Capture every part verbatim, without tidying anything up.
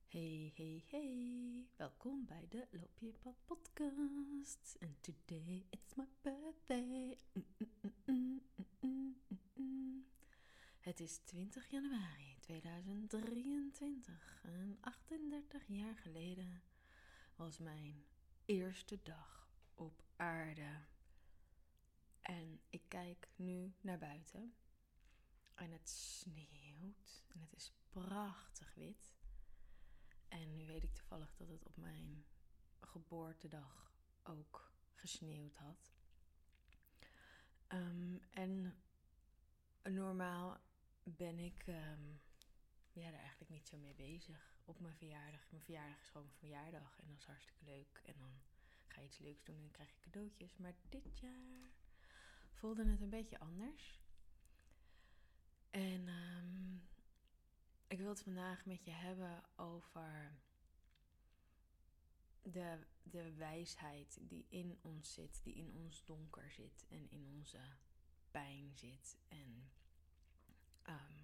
Hey, hey, hey. Welkom bij de Loop je Pad podcast. And today it's my birthday. Mm, mm, mm, mm, mm, mm, mm. Het is twintig januari tweeduizend drieëntwintig en achtendertig jaar geleden was mijn eerste dag op aarde. En ik kijk nu naar buiten en het sneeuwt en het is prachtig wit. En nu weet ik toevallig dat het op mijn geboortedag ook gesneeuwd had. Um, en normaal ben ik um, ja, daar eigenlijk niet zo mee bezig op mijn verjaardag. Mijn verjaardag is gewoon mijn verjaardag en dat is hartstikke leuk. En dan ga je iets leuks doen en dan krijg je cadeautjes. Maar dit jaar voelde het een beetje anders. En um, ik wil het vandaag met je hebben over De, de wijsheid die in ons zit, die in ons donker zit en in onze pijn zit. En um,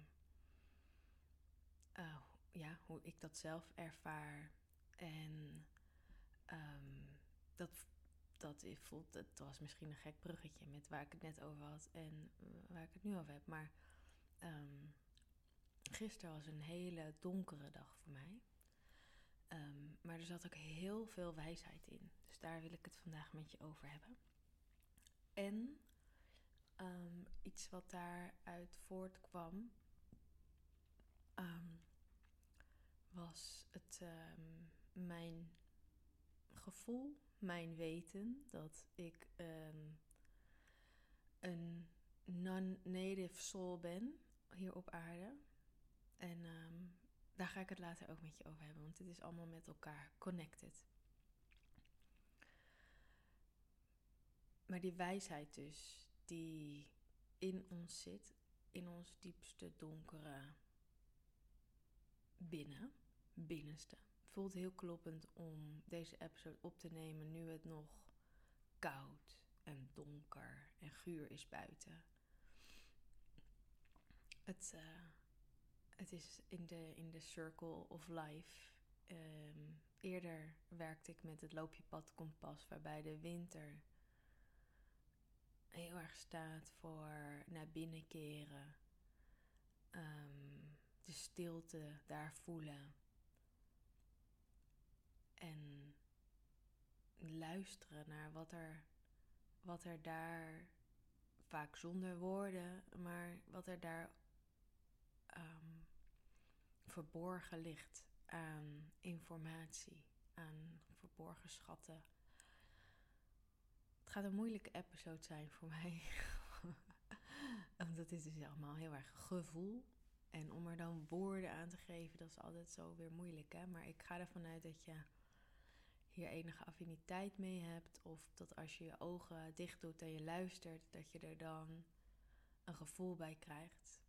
uh, ja, hoe ik dat zelf ervaar. En um, dat, dat voelt, het was misschien een gek bruggetje met waar ik het net over had en waar ik het nu over heb. Maar um, gisteren was een hele donkere dag voor mij. Um, maar er zat ook heel veel wijsheid in. Dus daar wil ik het vandaag met je over hebben. En um, iets wat daaruit voortkwam, um, was het, um, mijn gevoel, mijn weten dat ik um, een non-native soul ben hier op aarde. En um, daar ga ik het later ook met je over hebben, want het is allemaal met elkaar connected. Maar die wijsheid dus, die in ons zit, in ons diepste donkere binnen, binnenste. Voelt heel kloppend om deze episode op te nemen nu het nog koud en donker en guur is buiten. Het, uh, het is in de, in de circle of life. Um, eerder werkte ik met het Loop je Pad kompas, waarbij de winter heel erg staat voor naar binnen keren. Um, de stilte daar voelen. En luisteren naar wat er, wat er daar, vaak zonder woorden, maar wat er daar um, verborgen ligt aan informatie, aan verborgen schatten. Het gaat een moeilijke episode zijn voor mij. Want het is dus allemaal heel erg gevoel. En om er dan woorden aan te geven, dat is altijd zo weer moeilijk, hè? Maar ik ga ervan uit dat je hier enige affiniteit mee hebt. Of dat als je je ogen dicht doet en je luistert, dat je er dan een gevoel bij krijgt.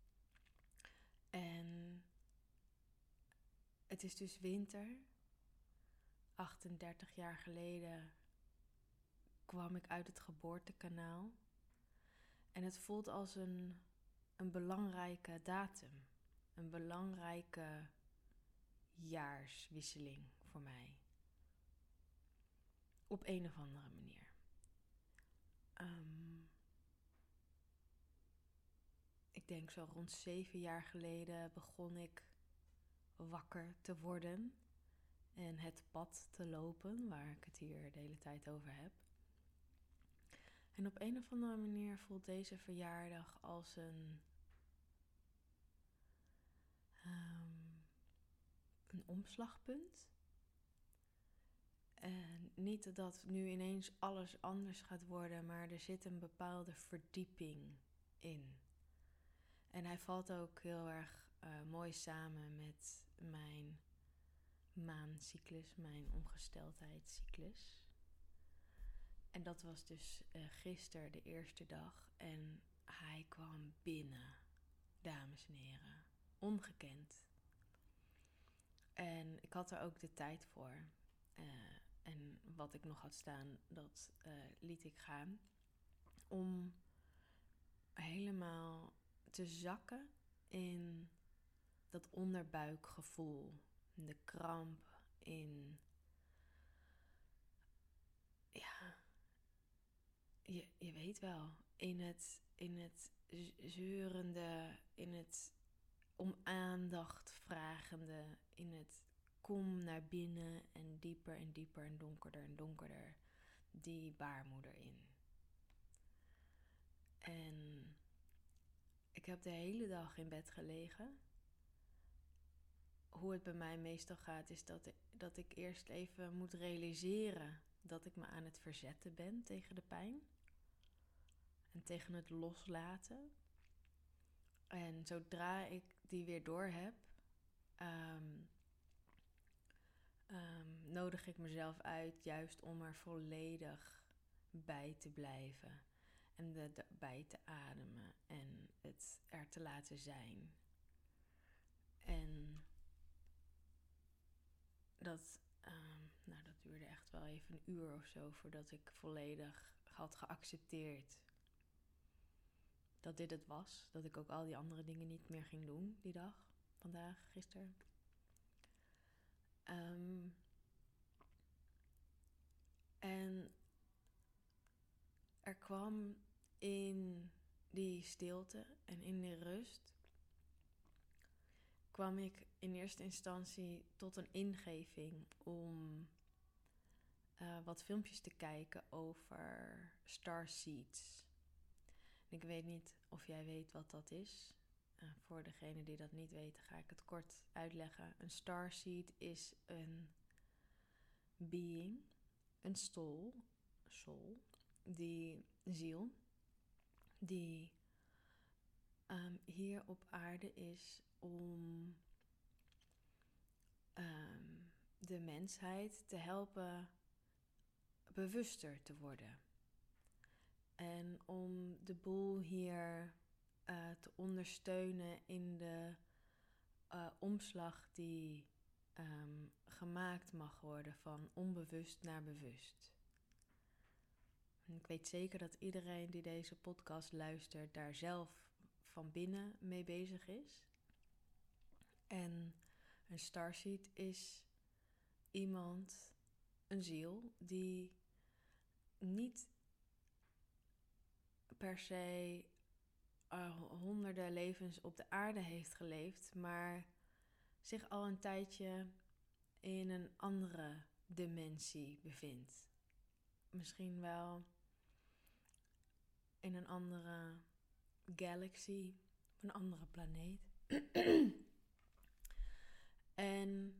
En het is dus winter. achtendertig jaar geleden kwam ik uit het geboortekanaal. En het voelt als een, een belangrijke datum. Een belangrijke jaarswisseling voor mij. Op een of andere manier. Um, ik denk zo rond zeven jaar geleden begon ik wakker te worden. En het pad te lopen, waar ik het hier de hele tijd over heb. En op een of andere manier voelt deze verjaardag als een, um, een omslagpunt. En niet dat nu ineens alles anders gaat worden, maar er zit een bepaalde verdieping in. En hij valt ook heel erg uh, mooi samen met mijn maancyclus, mijn ongesteldheidscyclus. En dat was dus uh, gisteren de eerste dag. En hij kwam binnen, dames en heren. Ongekend. En ik had er ook de tijd voor. Uh, en wat ik nog had staan, dat uh, liet ik gaan. Om helemaal te zakken in dat onderbuikgevoel. de kramp, in, ja, je, je weet wel, in het, in het zeurende, in het om aandacht vragende, in het kom naar binnen en dieper en dieper en donkerder en donkerder die baarmoeder in. En ik heb de hele dag in bed gelegen. Hoe het bij mij meestal gaat is dat ik, dat ik eerst even moet realiseren dat ik me aan het verzetten ben tegen de pijn. En tegen het loslaten. En zodra ik die weer door heb, um, um, nodig ik mezelf uit juist om er volledig bij te blijven. En de, de, bij te ademen en het er te laten zijn. En dat, um, nou, dat duurde echt wel even een uur of zo voordat ik volledig had geaccepteerd dat dit het was. Dat ik ook al die andere dingen niet meer ging doen die dag, vandaag, gisteren. Um, en er kwam in die stilte en in die rust, kwam ik in eerste instantie tot een ingeving om uh, wat filmpjes te kijken over starseeds. Ik weet niet of jij weet wat dat is. Uh, voor degenen die dat niet weten, ga ik het kort uitleggen. Een starseed is een being, een soul, soul die ziel, die um, hier op aarde is om um, de mensheid te helpen bewuster te worden. En om de boel hier uh, te ondersteunen in de uh, omslag die um, gemaakt mag worden van onbewust naar bewust. En ik weet zeker dat iedereen die deze podcast luistert daar zelf van binnen mee bezig is. En een starseed is iemand, een ziel, die niet per se uh, honderden levens op de aarde heeft geleefd, maar zich al een tijdje in een andere dimensie bevindt. Misschien wel in een andere galaxy, een andere planeet. en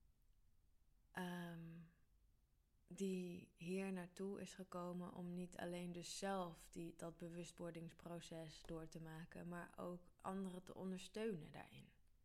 um, die hier naartoe is gekomen om niet alleen dus zelf die, dat bewustwordingsproces door te maken, maar ook anderen te ondersteunen daarin.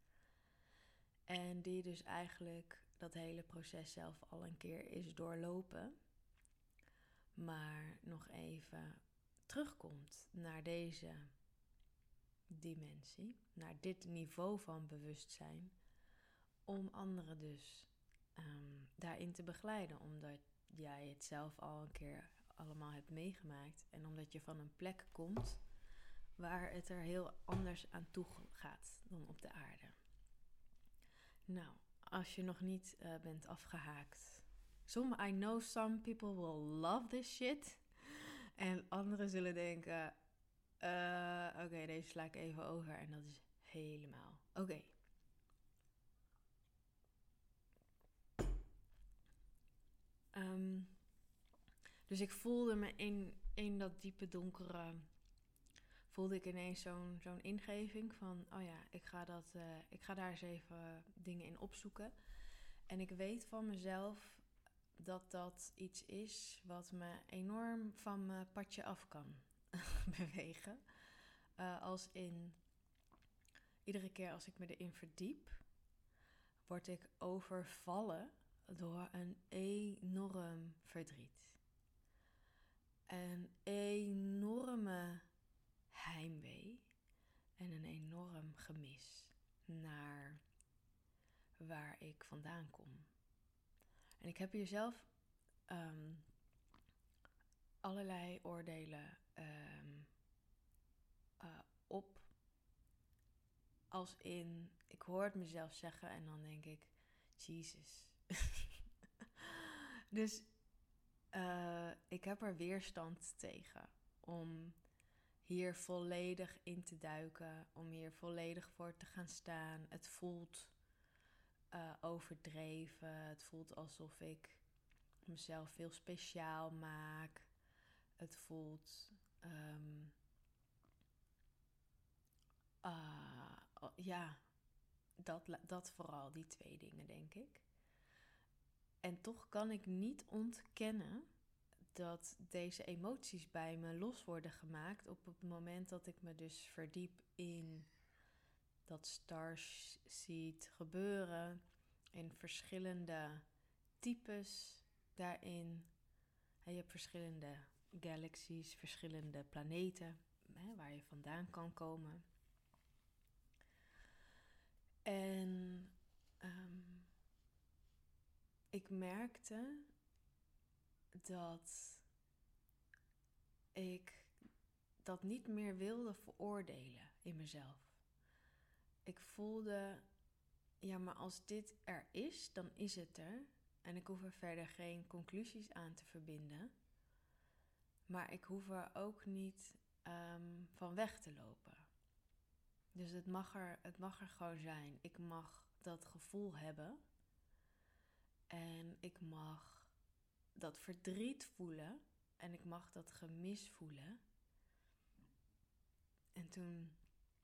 En die dus eigenlijk dat hele proces zelf al een keer is doorlopen, maar nog even terugkomt naar deze dimensie, naar dit niveau van bewustzijn, om anderen dus um, daarin te begeleiden, omdat jij het zelf al een keer allemaal hebt meegemaakt en omdat je van een plek komt waar het er heel anders aan toe gaat dan op de aarde. Nou, als je nog niet uh, bent afgehaakt. Some, I know some people will love this shit. En anderen zullen denken, uh, oké, okay, deze sla ik even over. En dat is helemaal oké. Okay. Um, dus ik voelde me in, in dat diepe donkere, voelde ik ineens zo'n, zo'n ingeving van, oh ja, ik ga, dat, uh, ik ga daar eens even dingen in opzoeken. En ik weet van mezelf dat dat iets is wat me enorm van mijn padje af kan bewegen. Uh, als in, iedere keer als ik me erin verdiep, word ik overvallen door een enorm verdriet. Een enorme heimwee en een enorm gemis naar waar ik vandaan kom. En ik heb hier zelf um, allerlei oordelen um, uh, op. Als in, ik hoor het mezelf zeggen en dan denk ik, Jesus. Dus uh, ik heb er weerstand tegen om hier volledig in te duiken, om hier volledig voor te gaan staan. Het voelt uh, overdreven, het voelt alsof ik mezelf veel speciaal maak. Het voelt, um, uh, ja, dat, dat vooral, die twee dingen denk ik. En toch kan ik niet ontkennen dat deze emoties bij me los worden gemaakt op het moment dat ik me dus verdiep in dat starseed gebeuren, in verschillende types daarin. En je hebt verschillende galaxies, verschillende planeten, hè, waar je vandaan kan komen. En um, ik merkte dat ik dat niet meer wilde veroordelen in mezelf. Ik voelde, ja, maar als dit er is, dan is het er. En ik hoef er verder geen conclusies aan te verbinden. Maar ik hoef er ook niet um, van weg te lopen. Dus het mag, er, het mag er gewoon zijn. Ik mag dat gevoel hebben. En ik mag dat verdriet voelen. En ik mag dat gemis voelen. En toen...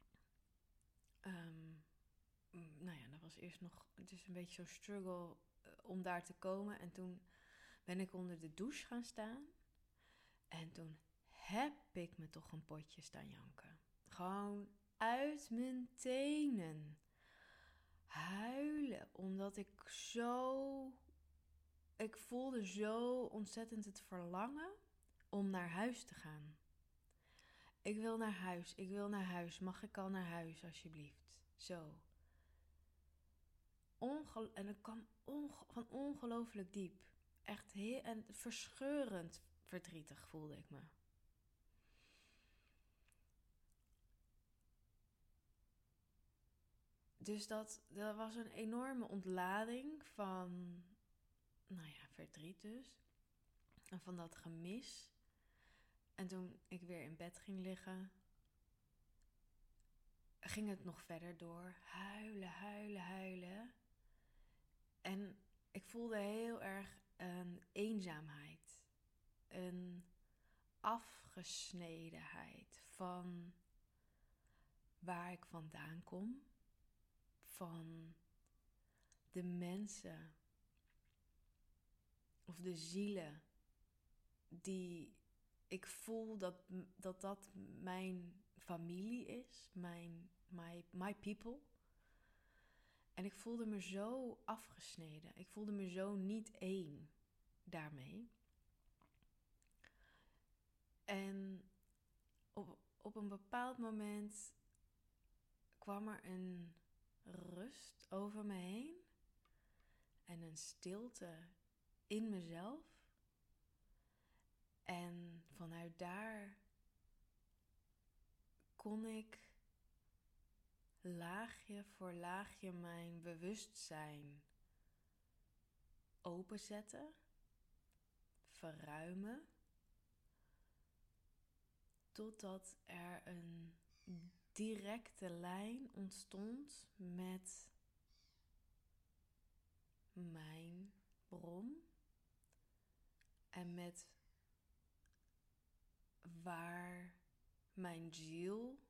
Um, nou ja, dat was eerst nog... Het is een beetje zo'n struggle uh, om daar te komen. En toen ben ik onder de douche gaan staan. En toen heb ik me toch een potje staan janken. Gewoon uit mijn tenen. Huilen. Omdat ik zo... Ik voelde zo ontzettend het verlangen om naar huis te gaan. Ik wil naar huis, ik wil naar huis. Mag ik al naar huis, alsjeblieft? Zo. Ongel- en het kwam onge- van ongelooflijk diep. Echt heel en verscheurend verdrietig voelde ik me. Dus dat, dat was een enorme ontlading van, nou ja, verdriet dus. En van dat gemis. En toen ik weer in bed ging liggen, ging het nog verder door. Huilen, huilen, huilen. En ik voelde heel erg een eenzaamheid. Een afgesnedenheid van waar ik vandaan kom. Van de mensen of de zielen die ik voel dat dat, dat mijn familie is, mijn, my, my people. En ik voelde me zo afgesneden. Ik voelde me zo niet één daarmee. En op, op een bepaald moment kwam er een rust over me heen. En een stilte in mezelf. En vanuit daar kon ik laagje voor laagje mijn bewustzijn openzetten, verruimen, totdat er een directe lijn ontstond met mijn bron en met waar mijn ziel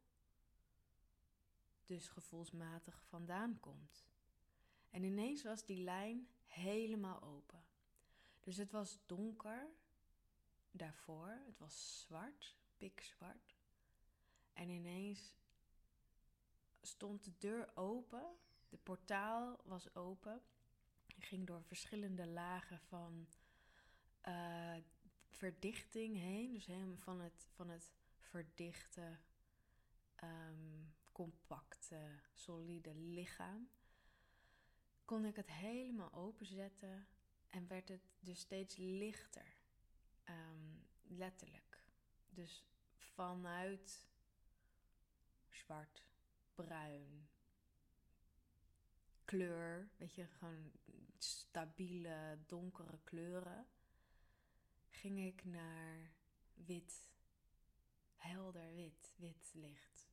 dus gevoelsmatig vandaan komt. En ineens was die lijn helemaal open. Dus het was donker daarvoor. Het was zwart, pikzwart. En ineens stond de deur open. De portaal was open. Ik ging door verschillende lagen van uh, verdichting heen. Dus helemaal van het, van het verdichte, um, compacte, solide lichaam. Kon ik het helemaal openzetten en werd het dus steeds lichter. Um, letterlijk. Dus vanuit zwart, bruin, kleur, weet je, gewoon stabiele, donkere kleuren, ging ik naar wit, helder wit, wit licht.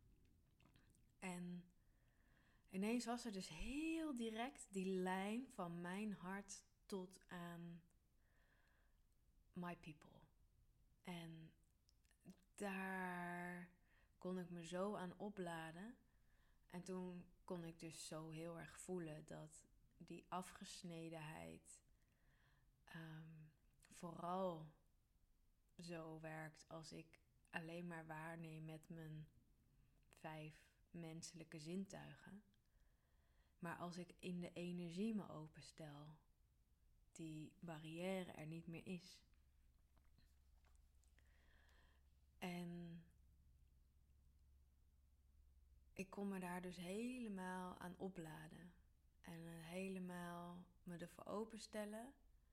En ineens was er dus heel direct die lijn van mijn hart tot aan my people. En daar kon ik me zo aan opladen. En toen kon ik dus zo heel erg voelen dat die afgesnedenheid um, vooral zo werkt als ik alleen maar waarneem met mijn vijf menselijke zintuigen. Maar als ik in de energie me openstel, die barrière er niet meer is. En ik kon me daar dus helemaal aan opladen. En helemaal me ervoor openstellen.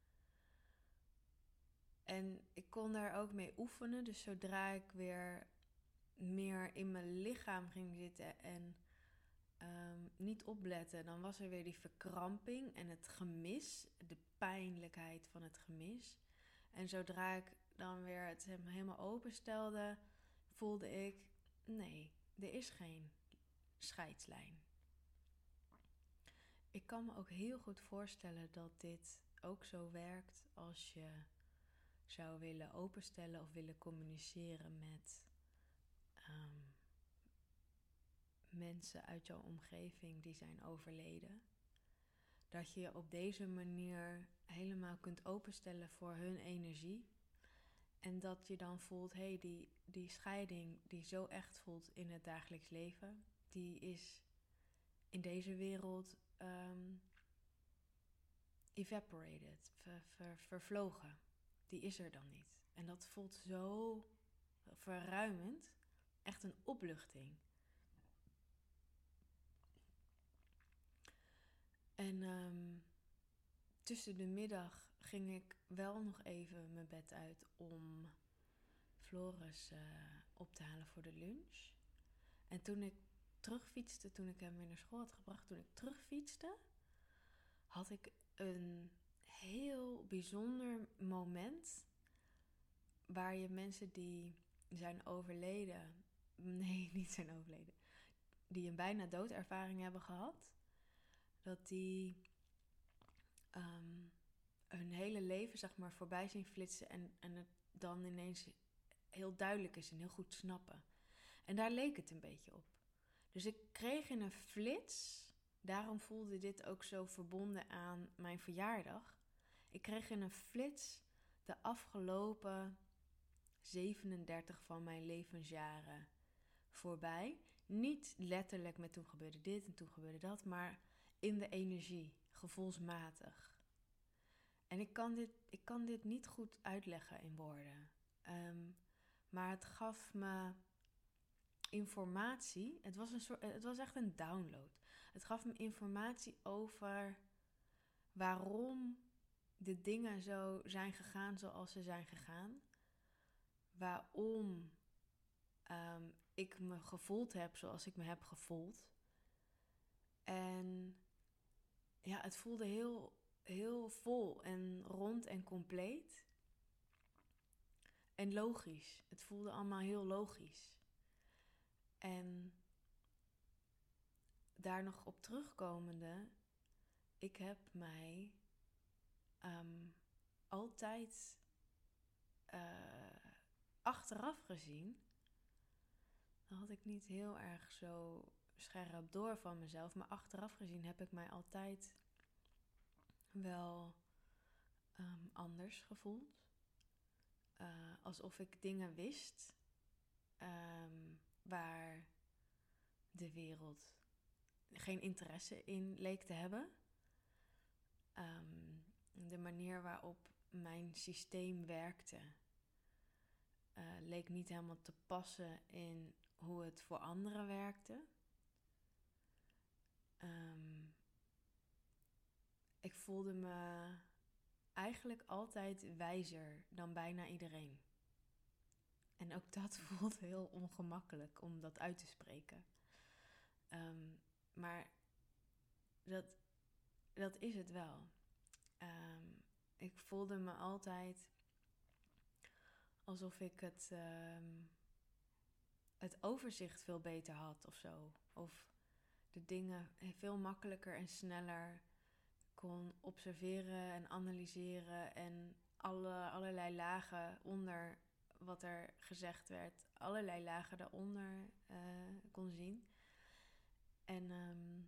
En ik kon daar ook mee oefenen. Dus zodra ik weer meer in mijn lichaam ging zitten en um, niet opletten, dan was er weer die verkramping en het gemis, de pijnlijkheid van het gemis. En zodra ik dan weer het helemaal openstelde, voelde ik, nee, er is geen scheidslijn. Ik kan me ook heel goed voorstellen dat dit ook zo werkt als je zou willen openstellen of willen communiceren met um, mensen uit jouw omgeving die zijn overleden. Dat je je op deze manier helemaal kunt openstellen voor hun energie. En dat je dan voelt, hé, hey, die, die scheiding die zo echt voelt in het dagelijks leven, die is in deze wereld um, evaporated, ver, ver, vervlogen. Die is er dan niet. En dat voelt zo verruimend, echt een opluchting. En um, tussen de middag ging ik wel nog even mijn bed uit om Floris uh, op te halen voor de lunch. En toen ik terugfietste, toen ik hem weer naar school had gebracht, toen ik terugfietste, had ik een heel bijzonder moment waar je mensen die zijn overleden, nee, niet zijn overleden, die een bijna doodervaring hebben gehad, dat die um, hun hele leven, zeg maar, voorbij zien flitsen en, en het dan ineens heel duidelijk is en heel goed snappen. En daar leek het een beetje op. Dus ik kreeg in een flits, daarom voelde dit ook zo verbonden aan mijn verjaardag. Ik kreeg in een flits de afgelopen zevenendertig van mijn levensjaren voorbij. Niet letterlijk met toen gebeurde dit en toen gebeurde dat, maar in de energie, gevoelsmatig. En ik kan dit, ik kan dit niet goed uitleggen in woorden. Um, maar het gaf me informatie. Het was, een soort, het was echt een download. Het gaf me informatie over waarom de dingen zo zijn gegaan zoals ze zijn gegaan. Waarom um, ik me gevoeld heb zoals ik me heb gevoeld. En ja, het voelde heel, heel vol en rond en compleet. En logisch. Het voelde allemaal heel logisch. En daar nog op terugkomende, ik heb mij um, altijd uh, achteraf gezien, dan had ik niet heel erg zo scherp door van mezelf, maar achteraf gezien heb ik mij altijd wel um, anders gevoeld. Uh, alsof ik dingen wist um, waar de wereld geen interesse in leek te hebben. Um, de manier waarop mijn systeem werkte uh, leek niet helemaal te passen in hoe het voor anderen werkte. Um, ik voelde me eigenlijk altijd wijzer dan bijna iedereen. En ook dat voelt heel ongemakkelijk om dat uit te spreken. Um, maar dat, dat is het wel. Um, ik voelde me altijd alsof ik het, um, het overzicht veel beter had of zo. Of de dingen veel makkelijker en sneller kon observeren en analyseren en alle, allerlei lagen onder wat er gezegd werd, allerlei lagen daaronder uh, kon zien. En, um,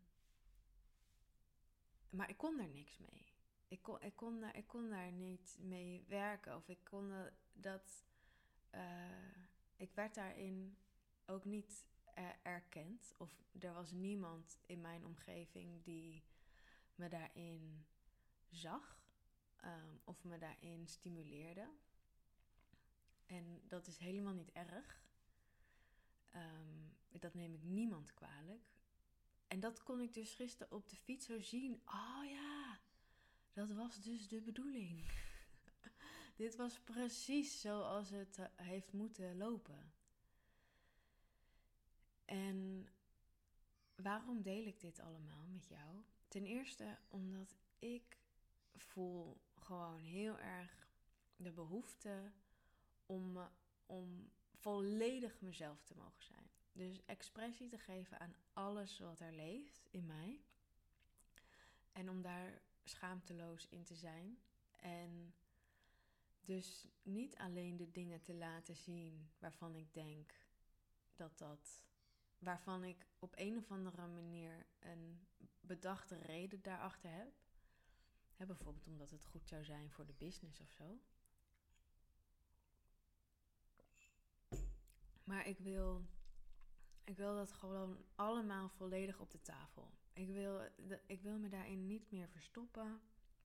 maar ik kon er niks mee. Ik kon, ik, kon daar, ik kon daar niet mee werken. Of ik kon dat... Uh, ik werd daarin ook niet uh, erkend. Of er was niemand in mijn omgeving die me daarin zag. Um, of me daarin stimuleerde. En dat is helemaal niet erg. Um, dat neem ik niemand kwalijk. En dat kon ik dus gisteren op de fiets zo zien. Oh ja, dat was dus de bedoeling. Dit was precies zoals het heeft moeten lopen. En waarom deel ik dit allemaal met jou? Ten eerste omdat ik voel gewoon heel erg de behoefte om, om volledig mezelf te mogen zijn. Dus expressie te geven aan alles wat er leeft in mij. En om daar schaamteloos in te zijn. En dus niet alleen de dingen te laten zien waarvan ik denk dat dat... waarvan ik op een of andere manier een bedachte reden daarachter heb. He, bijvoorbeeld omdat het goed zou zijn voor de business of zo. Maar ik wil, ik wil dat gewoon allemaal volledig op de tafel. Ik wil, ik wil me daarin niet meer verstoppen.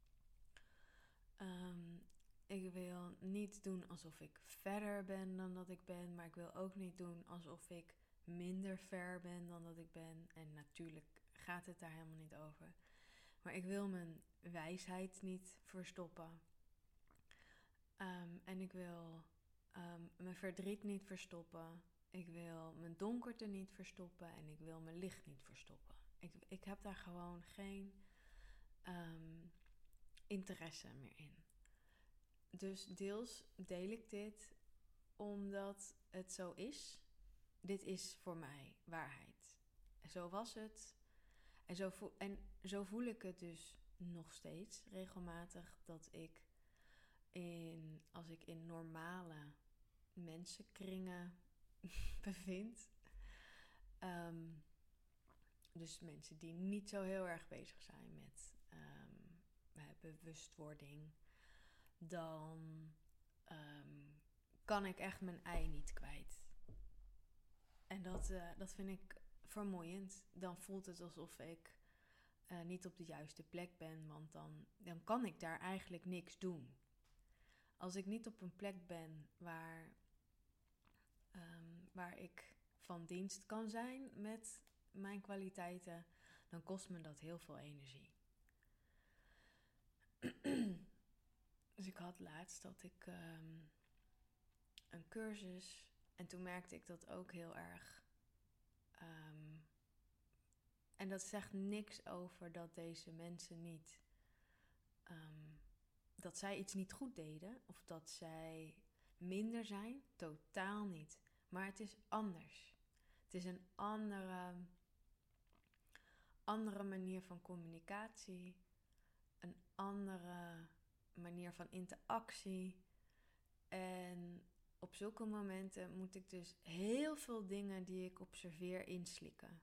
Um, ik wil niet doen alsof ik verder ben dan dat ik ben. Maar ik wil ook niet doen alsof ik minder ver ben dan dat ik ben. En natuurlijk gaat het daar helemaal niet over. Maar ik wil mijn wijsheid niet verstoppen. Um, en ik wil um, mijn verdriet niet verstoppen. Ik wil mijn donkerte niet verstoppen. En ik wil mijn licht niet verstoppen. Ik, ik heb daar gewoon geen um, interesse meer in. Dus deels deel ik dit omdat het zo is. Dit is voor mij waarheid. Zo was het. En zo, voel, en zo voel ik het dus nog steeds regelmatig. Dat ik in, als ik in normale mensenkringen bevind. Um, dus mensen die niet zo heel erg bezig zijn met um, bewustwording. Dan um, kan ik echt mijn ei niet kwijt. En dat, uh, dat vind ik vermoeiend. Dan voelt het alsof ik uh, niet op de juiste plek ben. Want dan, dan kan ik daar eigenlijk niks doen. Als ik niet op een plek ben waar, um, waar ik van dienst kan zijn met mijn kwaliteiten, dan kost me dat heel veel energie. Dus ik had laatst dat ik um, een cursus en toen merkte ik dat ook heel erg. Um, en dat zegt niks over dat deze mensen niet, um, dat zij iets niet goed deden of dat zij minder zijn, totaal niet. Maar het is anders. Het is een andere, andere manier van communicatie, een andere manier van interactie. En op zulke momenten moet ik dus heel veel dingen die ik observeer inslikken.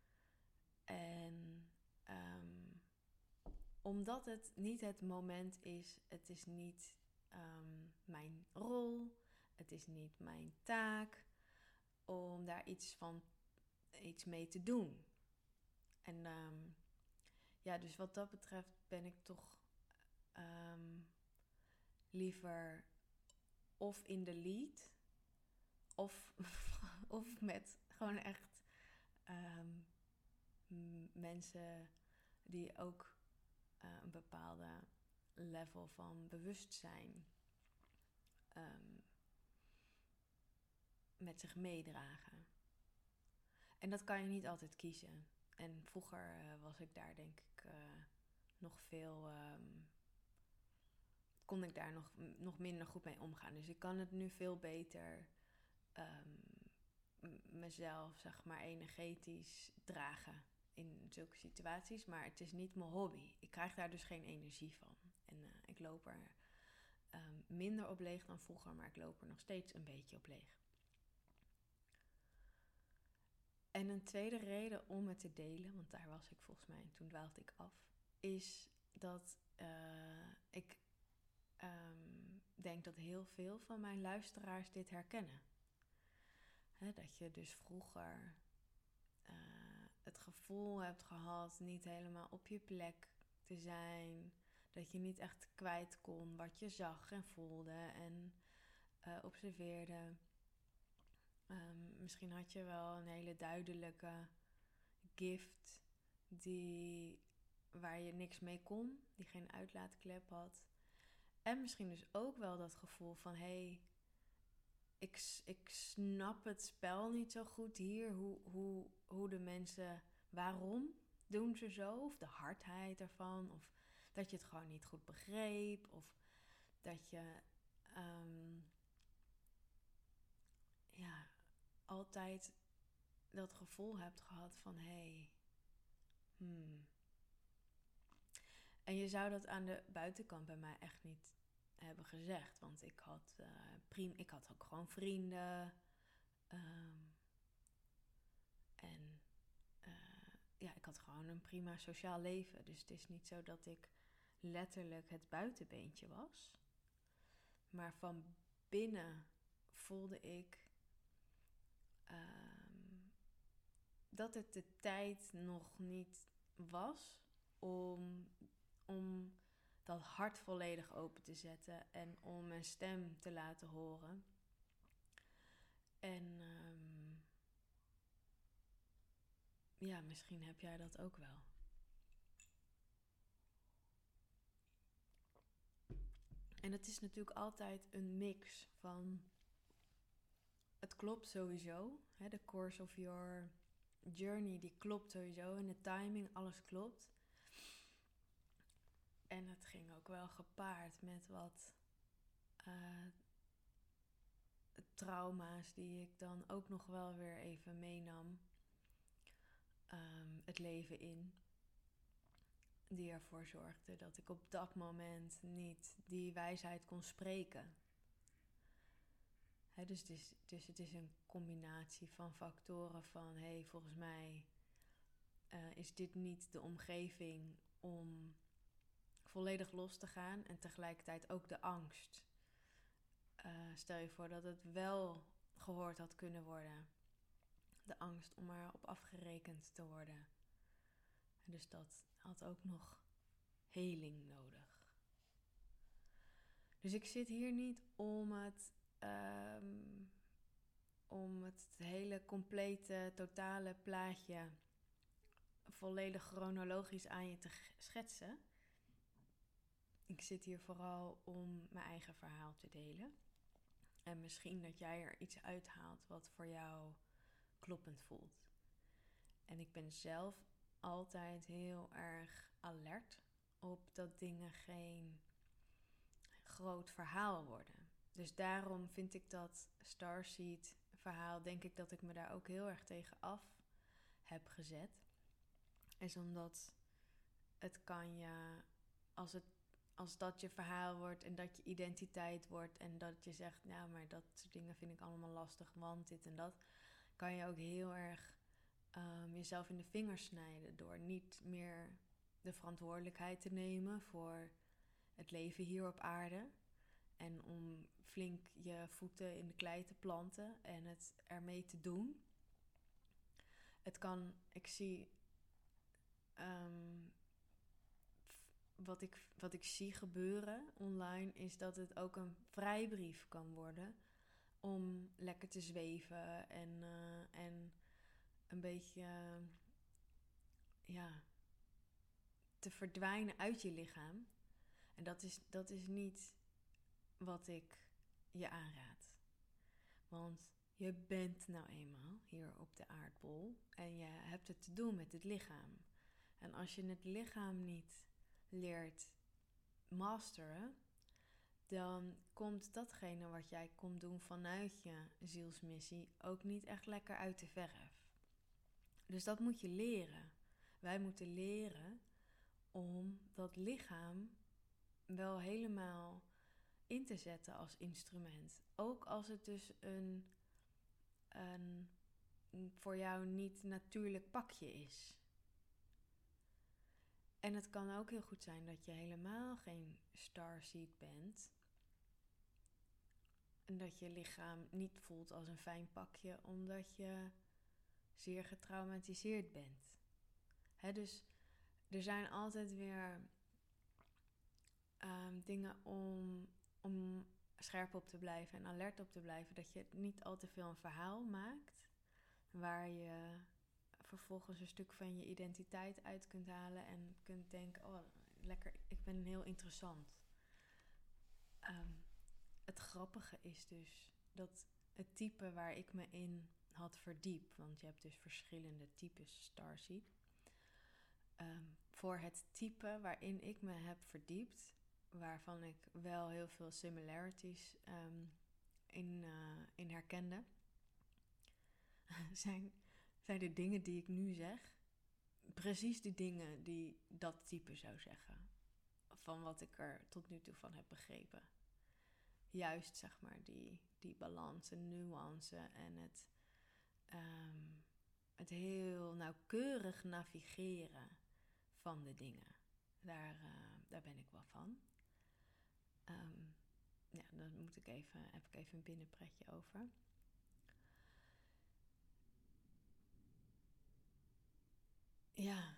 En um, omdat het niet het moment is, het is niet um, mijn rol, het is niet mijn taak om daar iets van iets mee te doen. En um, ja, dus wat dat betreft ben ik toch um, liever of in de lead, of, of met gewoon echt um, m- mensen die ook uh, een bepaalde level van bewustzijn um, met zich meedragen. En dat kan je niet altijd kiezen. en vroeger uh, was ik daar denk ik uh, nog veel... Um, kon ik daar nog, nog minder goed mee omgaan. Dus ik kan het nu veel beter um, m- mezelf, zeg maar, energetisch dragen in zulke situaties. Maar het is niet mijn hobby. Ik krijg daar dus geen energie van. En uh, ik loop er um, minder op leeg dan vroeger, maar ik loop er nog steeds een beetje op leeg. En een tweede reden om het te delen, want daar was ik volgens mij, toen dwaalde ik af, is dat uh, ik um, denk dat heel veel van mijn luisteraars dit herkennen. He, dat je dus vroeger uh, het gevoel hebt gehad niet helemaal op je plek te zijn. Dat je niet echt kwijt kon wat je zag en voelde en uh, observeerde. Um, misschien had je wel een hele duidelijke gift die, waar je niks mee kon, die geen uitlaatklep had. En misschien dus ook wel dat gevoel van, hé, hey, ik, ik snap het spel niet zo goed hier. Hoe, hoe, hoe de mensen, waarom doen ze zo? Of de hardheid ervan. Of dat je het gewoon niet goed begreep. Of dat je um, ja, altijd dat gevoel hebt gehad van, hé, hey, hmm. En je zou dat aan de buitenkant bij mij echt niet hebben gezegd. Want ik had, uh, prim, ik had ook gewoon vrienden. Um, en uh, ja, ik had gewoon een prima sociaal leven. Dus het is niet zo dat ik letterlijk het buitenbeentje was. Maar van binnen voelde ik um, dat het de tijd nog niet was om, om dat hart volledig open te zetten en om mijn stem te laten horen. En um, ja, misschien heb jij dat ook wel. En het is natuurlijk altijd een mix van... Het klopt sowieso. Hè, de course of your journey, die klopt sowieso. En de timing, alles klopt. En het ging ook wel gepaard met wat uh, trauma's die ik dan ook nog wel weer even meenam. Um, het leven in. Die ervoor zorgde dat ik op dat moment niet die wijsheid kon spreken. He, dus, het is, dus het is een combinatie van factoren van... hé, hey, volgens mij uh, is dit niet de omgeving om volledig los te gaan... en tegelijkertijd ook de angst. Uh, stel je voor dat het wel gehoord had kunnen worden. De angst om erop afgerekend te worden. En dus dat had ook nog heling nodig. Dus ik zit hier niet om het... Um, om het hele complete, totale plaatje volledig chronologisch aan je te schetsen. Ik zit hier vooral om mijn eigen verhaal te delen. En misschien dat jij er iets uithaalt wat voor jou kloppend voelt. En ik ben zelf altijd heel erg alert op dat dingen geen groot verhaal worden. Dus daarom vind ik dat Starseed verhaal, denk ik dat ik me daar ook heel erg tegen af heb gezet. Is omdat het kan je, als, het, als dat je verhaal wordt en dat je identiteit wordt en dat je zegt, nou maar dat soort dingen vind ik allemaal lastig, want dit en dat, kan je ook heel erg um, jezelf in de vingers snijden door niet meer de verantwoordelijkheid te nemen voor het leven hier op aarde. En om flink je voeten in de klei te planten en het ermee te doen. Het kan, ik zie... Um, wat, ik, wat ik zie gebeuren online is dat het ook een vrijbrief kan worden om lekker te zweven en, uh, en een beetje uh, ja, te verdwijnen uit je lichaam. En dat is, dat is niet wat ik je aanraad. Want Je bent nou eenmaal hier op de aardbol en je hebt het te doen met het lichaam. En als je het lichaam niet leert masteren, dan komt datgene wat jij komt doen vanuit je zielsmissie ook niet echt lekker uit de verf. Dus dat moet je leren. Wij moeten leren om dat lichaam wel helemaal in te zetten als instrument. Ook als het dus een, een voor jou niet natuurlijk pakje is. En het kan ook heel goed zijn dat je helemaal geen starseed bent. En dat je lichaam niet voelt als een fijn pakje, omdat je zeer getraumatiseerd bent. He, dus er zijn altijd weer um, dingen om, om scherp op te blijven en alert op te blijven. Dat je niet al te veel een verhaal maakt, waar je vervolgens een stuk van je identiteit uit kunt halen en kunt denken, oh lekker, ik ben heel interessant. Um, het grappige is dus dat het type waar ik me in had verdiept, want je hebt dus verschillende types starseed. Um, voor het type waarin ik me heb verdiept, waarvan ik wel heel veel similarities um, in, uh, in herkende, zijn, zijn de dingen die ik nu zeg precies de dingen die dat type zou zeggen. Van wat ik er tot nu toe van heb begrepen. Juist, zeg maar, die, die balans en nuance en het, um, het heel nauwkeurig navigeren van de dingen. Daar, uh, daar ben ik wel van. Um, ja, daar moet ik even, heb ik even een binnenpretje over. Ja.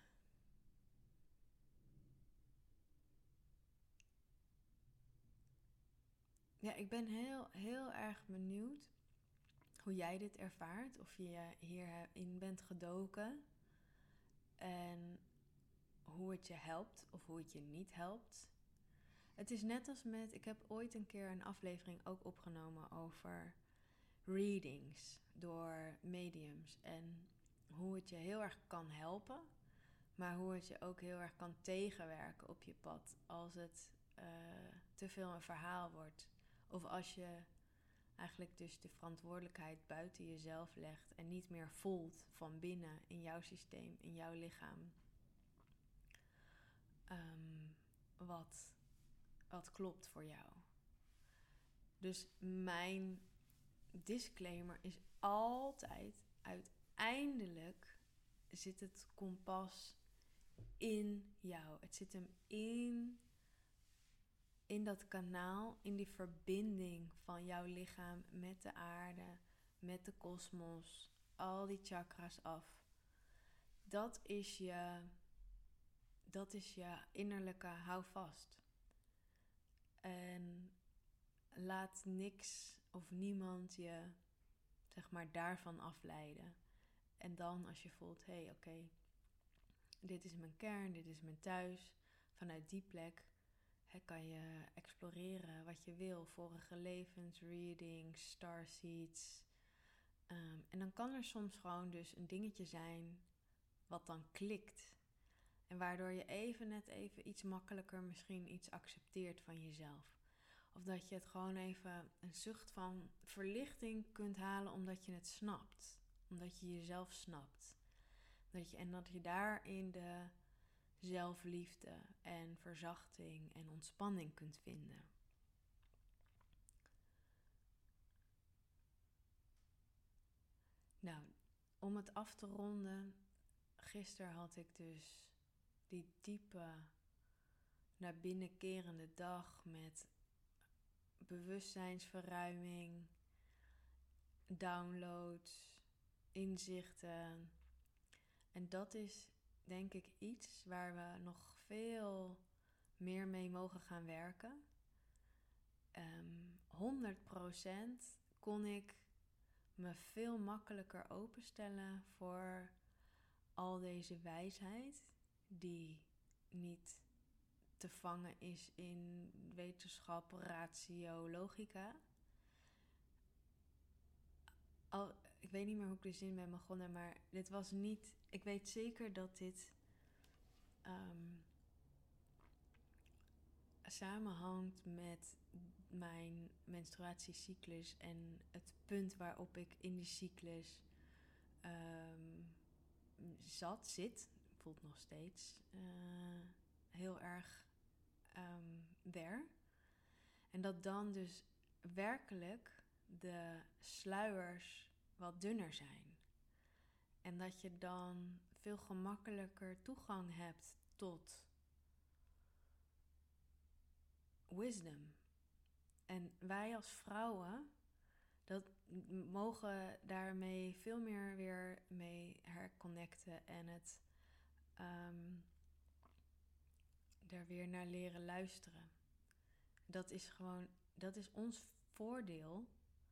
Ja, ik ben heel, heel erg benieuwd hoe jij dit ervaart. Of je hierin bent gedoken. En hoe het je helpt of hoe het je niet helpt. Het is net als met, ik heb ooit een keer een aflevering ook opgenomen over readings door mediums. En hoe het je heel erg kan helpen, maar hoe het je ook heel erg kan tegenwerken op je pad als het uh, te veel een verhaal wordt. Of als je eigenlijk dus de verantwoordelijkheid buiten jezelf legt en niet meer voelt van binnen in jouw systeem, in jouw lichaam. Um, wat, wat klopt voor jou. Dus mijn disclaimer is altijd, uiteindelijk zit het kompas in jou. Het zit hem in, in dat kanaal, in die verbinding van jouw lichaam met de aarde, met de kosmos, al die chakras af. Dat is je, dat is je innerlijke houvast. En laat niks of niemand je, zeg maar, daarvan afleiden. En dan als je voelt, hé, hey, oké, okay, dit is mijn kern, dit is mijn thuis. Vanuit die plek he, kan je exploreren wat je wil. Vorige levens, readings, starseeds. Um, en dan kan er soms gewoon dus een dingetje zijn wat dan klikt. En waardoor je even net even iets makkelijker misschien iets accepteert van jezelf. Of dat je het gewoon even een zucht van verlichting kunt halen omdat je het snapt. Omdat je jezelf snapt. Dat je, en dat je daarin de zelfliefde en verzachting en ontspanning kunt vinden. Nou, om het af te ronden. Gisteren had ik dus die diepe naar binnen kerende dag met bewustzijnsverruiming, downloads, inzichten. En dat is denk ik iets waar we nog veel meer mee mogen gaan werken. Um, honderd procent kon ik me veel makkelijker openstellen voor al deze wijsheid die niet te vangen is in wetenschap, ratio, logica. al, ik weet niet meer hoe ik de zin ben begonnen, maar dit was niet... Ik weet zeker dat dit um, samenhangt met mijn menstruatiecyclus en het punt waarop ik in die cyclus um, zat, zit, voelt nog steeds uh, heel erg um, there. En dat dan dus werkelijk de sluiers wat dunner zijn. En dat je dan veel gemakkelijker toegang hebt tot wisdom. En wij als vrouwen, dat mogen daarmee veel meer weer mee herconnecten en het um, er weer naar leren luisteren. Dat is gewoon, dat is ons voordeel.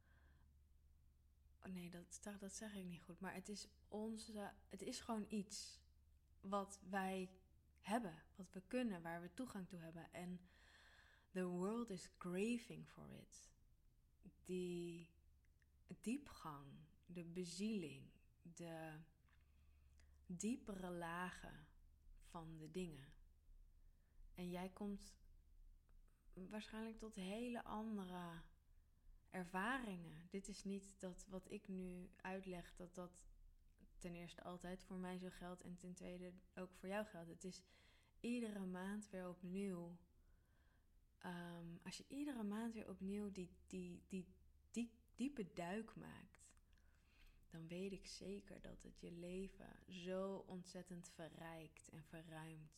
Oh nee, dat, dat zeg ik niet goed. Maar het is onze, het is gewoon iets wat wij hebben, wat we kunnen, waar we toegang toe hebben. En the world is craving for it. Die diepgang, de bezieling, de diepere lagen van de dingen. En jij komt waarschijnlijk tot hele andere ervaringen. Dit is niet dat wat ik nu uitleg, dat dat ten eerste altijd voor mij zo geldt en ten tweede ook voor jou geldt. Het is iedere maand weer opnieuw. Um, als je iedere maand weer opnieuw die, die, die, die diepe duik maakt, dan weet ik zeker dat het je leven zo ontzettend verrijkt en verruimt.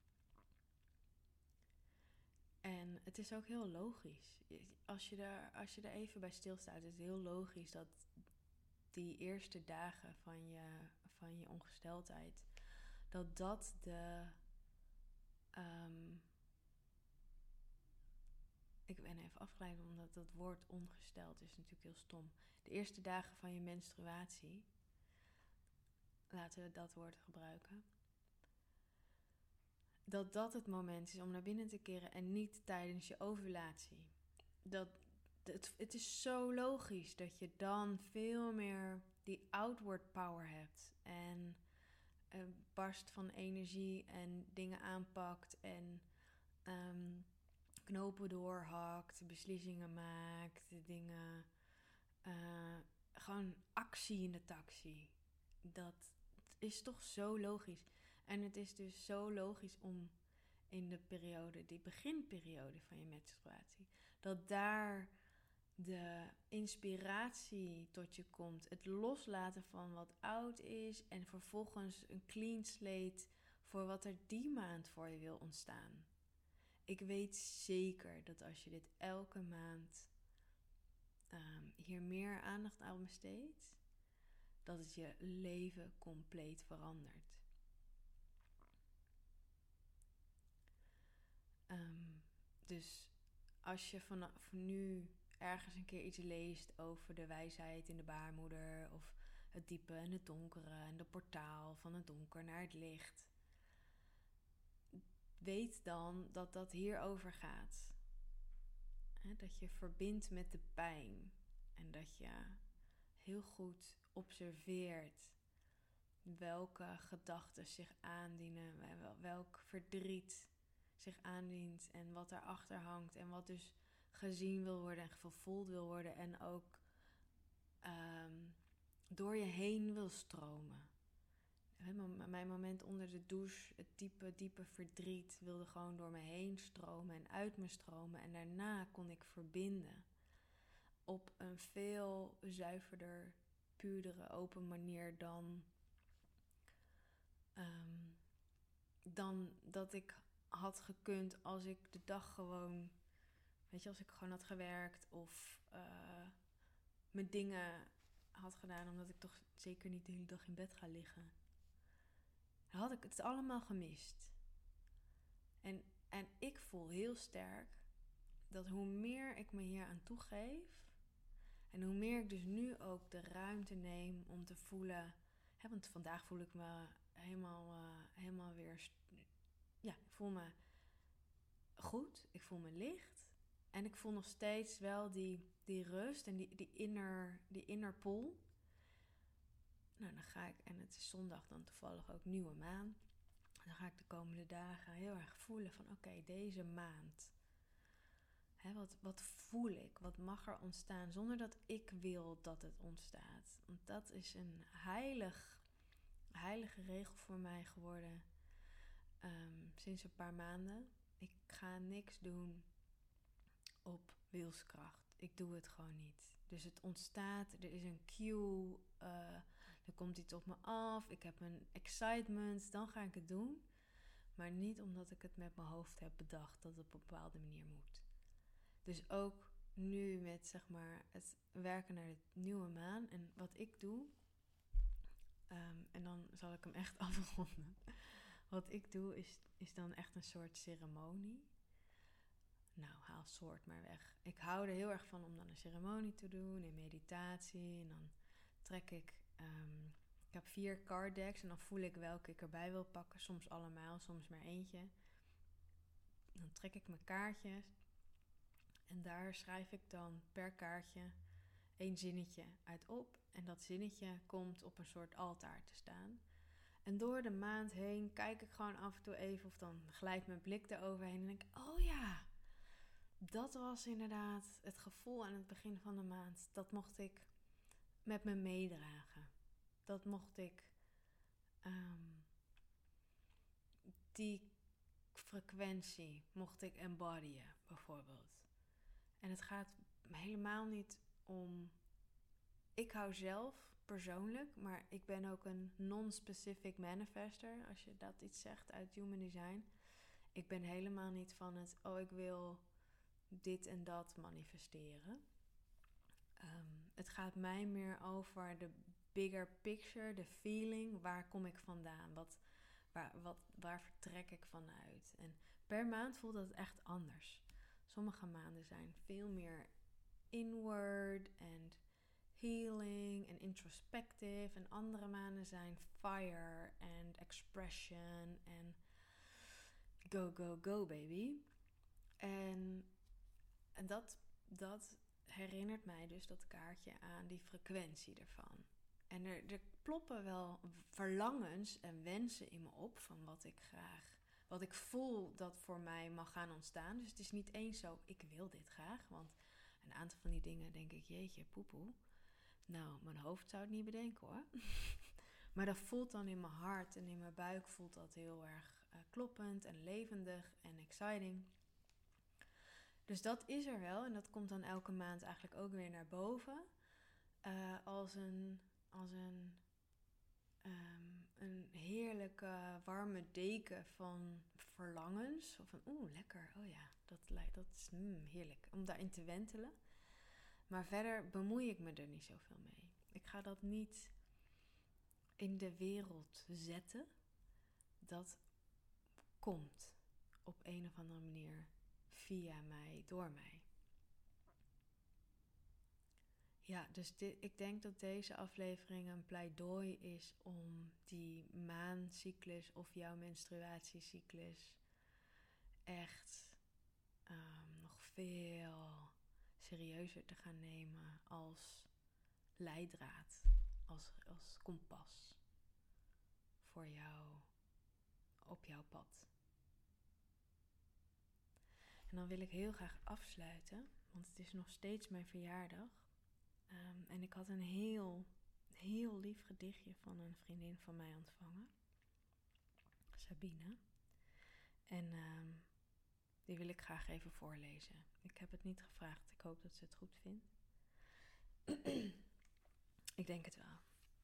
En het is ook heel logisch. Als je er, als je er even bij stilstaat, is het heel logisch dat die eerste dagen van je, van je ongesteldheid, dat dat de... Um, ik ben even afgeleid, omdat dat woord ongesteld is natuurlijk heel stom. De eerste dagen van je menstruatie, laten we dat woord gebruiken, dat dat het moment is om naar binnen te keren en niet tijdens je ovulatie. Dat, het, het is zo logisch dat je dan veel meer die outward power hebt en uh, barst van energie en dingen aanpakt en um, knopen doorhakt, beslissingen maakt, dingen, uh, gewoon actie in de taxi. Dat is toch zo logisch. En het is dus zo logisch om in de periode, die beginperiode van je menstruatie, dat daar de inspiratie tot je komt. Het loslaten van wat oud is en vervolgens een clean slate voor wat er die maand voor je wil ontstaan. Ik weet zeker dat als je dit elke maand um, hier meer aandacht aan besteedt, dat het je leven compleet verandert. Um, dus als je vanaf nu ergens een keer iets leest over de wijsheid in de baarmoeder, of het diepe en het donkere en de portaal van het donker naar het licht, weet dan dat dat hierover gaat. He, dat je verbindt met de pijn en dat je heel goed observeert welke gedachten zich aandienen, welk verdriet zich aandient en wat daarachter hangt en wat dus gezien wil worden en gevoeld wil worden en ook um, door je heen wil stromen. Mijn moment onder de douche, het diepe, diepe verdriet wilde gewoon door me heen stromen en uit me stromen. En daarna kon ik verbinden op een veel zuiverder, puurdere, open manier dan, um, dan dat ik had gekund als ik de dag gewoon, weet je, als ik gewoon had gewerkt of uh, mijn dingen had gedaan, omdat ik toch zeker niet de hele dag in bed ga liggen. Dan had ik het allemaal gemist. En, en ik voel heel sterk dat hoe meer ik me hier aan toegeef en hoe meer ik dus nu ook de ruimte neem om te voelen, hè, want vandaag voel ik me helemaal, uh, helemaal weer, ja, ik voel me goed, ik voel me licht en ik voel nog steeds wel die, die rust en die, die inner, die inner pull. Nou, dan ga ik, en het is zondag dan toevallig ook nieuwe maan. Dan ga ik de komende dagen heel erg voelen van, oké, okay, deze maand. Hè, wat, wat voel ik? Wat mag er ontstaan zonder dat ik wil dat het ontstaat? Want dat is een heilig, heilige regel voor mij geworden um, sinds een paar maanden. Ik ga niks doen op wilskracht. Ik doe het gewoon niet. Dus het ontstaat, er is een cue, uh, er komt iets op me af, ik heb een excitement, dan ga ik het doen. Maar niet omdat ik het met mijn hoofd heb bedacht dat het op een bepaalde manier moet. Dus ook nu met zeg maar het werken naar de nieuwe maan en wat ik doe, um, en dan zal ik hem echt afronden. Wat ik doe is, is dan echt een soort ceremonie. Nou, haal soort maar weg. Ik hou er heel erg van om dan een ceremonie te doen in meditatie. En dan trek ik... Um, ik heb vier card decks en dan voel ik welke ik erbij wil pakken. Soms allemaal, soms maar eentje. Dan trek ik mijn kaartjes. En daar schrijf ik dan per kaartje één zinnetje uit op. En dat zinnetje komt op een soort altaar te staan. En door de maand heen kijk ik gewoon af en toe even... of dan glijdt mijn blik eroverheen en denk ik... oh ja... Dat was inderdaad het gevoel aan het begin van de maand. Dat mocht ik met me meedragen. Dat mocht ik um, die frequentie mocht ik embodyen, bijvoorbeeld. En het gaat helemaal niet om... Ik hou zelf persoonlijk, maar ik ben ook een non-specific manifester, als je dat iets zegt uit Human Design. Ik ben helemaal niet van het, oh ik wil... dit en dat manifesteren. Um, het gaat mij meer over de bigger picture, de feeling. Waar kom ik vandaan? Wat, waar, wat, waar vertrek ik vanuit? En per maand voelt dat echt anders. Sommige maanden zijn veel meer inward en healing en introspective. En andere maanden zijn fire en expression en go, go, go, baby. En En dat, dat herinnert mij dus, dat kaartje, aan die frequentie ervan. En er, er ploppen wel verlangens en wensen in me op van wat ik graag, wat ik voel dat voor mij mag gaan ontstaan. Dus het is niet eens zo, ik wil dit graag. Want een aantal van die dingen denk ik, jeetje, poepoe. Nou, mijn hoofd zou het niet bedenken hoor. Maar dat voelt dan in mijn hart en in mijn buik voelt dat heel erg uh, kloppend en levendig en exciting. Dus dat is er wel en dat komt dan elke maand eigenlijk ook weer naar boven. Uh, als een, als een, um, een heerlijke warme deken van verlangens. Of van oeh, lekker, oh ja, dat, dat is mm, heerlijk om daarin te wentelen. Maar verder bemoei ik me er niet zoveel mee. Ik ga dat niet in de wereld zetten. Dat komt op een of andere manier via mij, door mij. Ja, dus dit, ik denk dat deze aflevering een pleidooi is om die maancyclus of jouw menstruatiecyclus echt um, nog veel serieuzer te gaan nemen als leidraad, als, als kompas voor jou op jouw pad. En dan wil ik heel graag afsluiten, want het is nog steeds mijn verjaardag. Um, en ik had een heel, heel lief gedichtje van een vriendin van mij ontvangen. Sabine. En um, die wil ik graag even voorlezen. Ik heb het niet gevraagd, ik hoop dat ze het goed vindt. Ik denk het wel.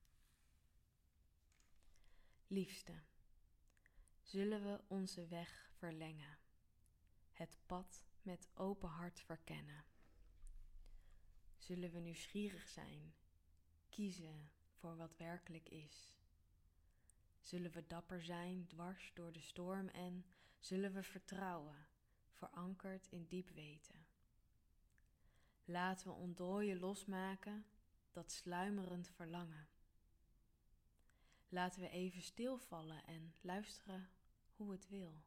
Liefste, zullen we onze weg verlengen, het pad met open hart verkennen. Zullen we nieuwsgierig zijn, kiezen voor wat werkelijk is. Zullen we dapper zijn, dwars door de storm en zullen we vertrouwen, verankerd in diep weten. Laten we ontdooien losmaken, dat sluimerend verlangen. Laten we even stilvallen en luisteren hoe het wil.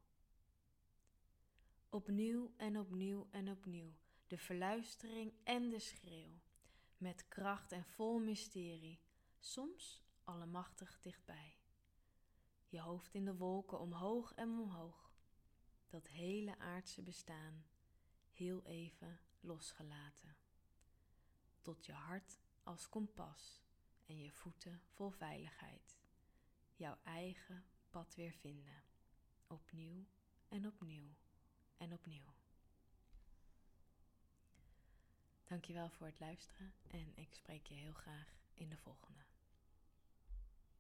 Opnieuw en opnieuw en opnieuw, de verluistering en de schreeuw. Met kracht en vol mysterie, soms allemachtig dichtbij. Je hoofd in de wolken, omhoog en omhoog. Dat hele aardse bestaan, heel even losgelaten. Tot je hart als kompas en je voeten vol veiligheid. Jouw eigen pad weer vinden. Opnieuw en opnieuw en opnieuw. Dankjewel voor het luisteren en ik spreek je heel graag in de volgende.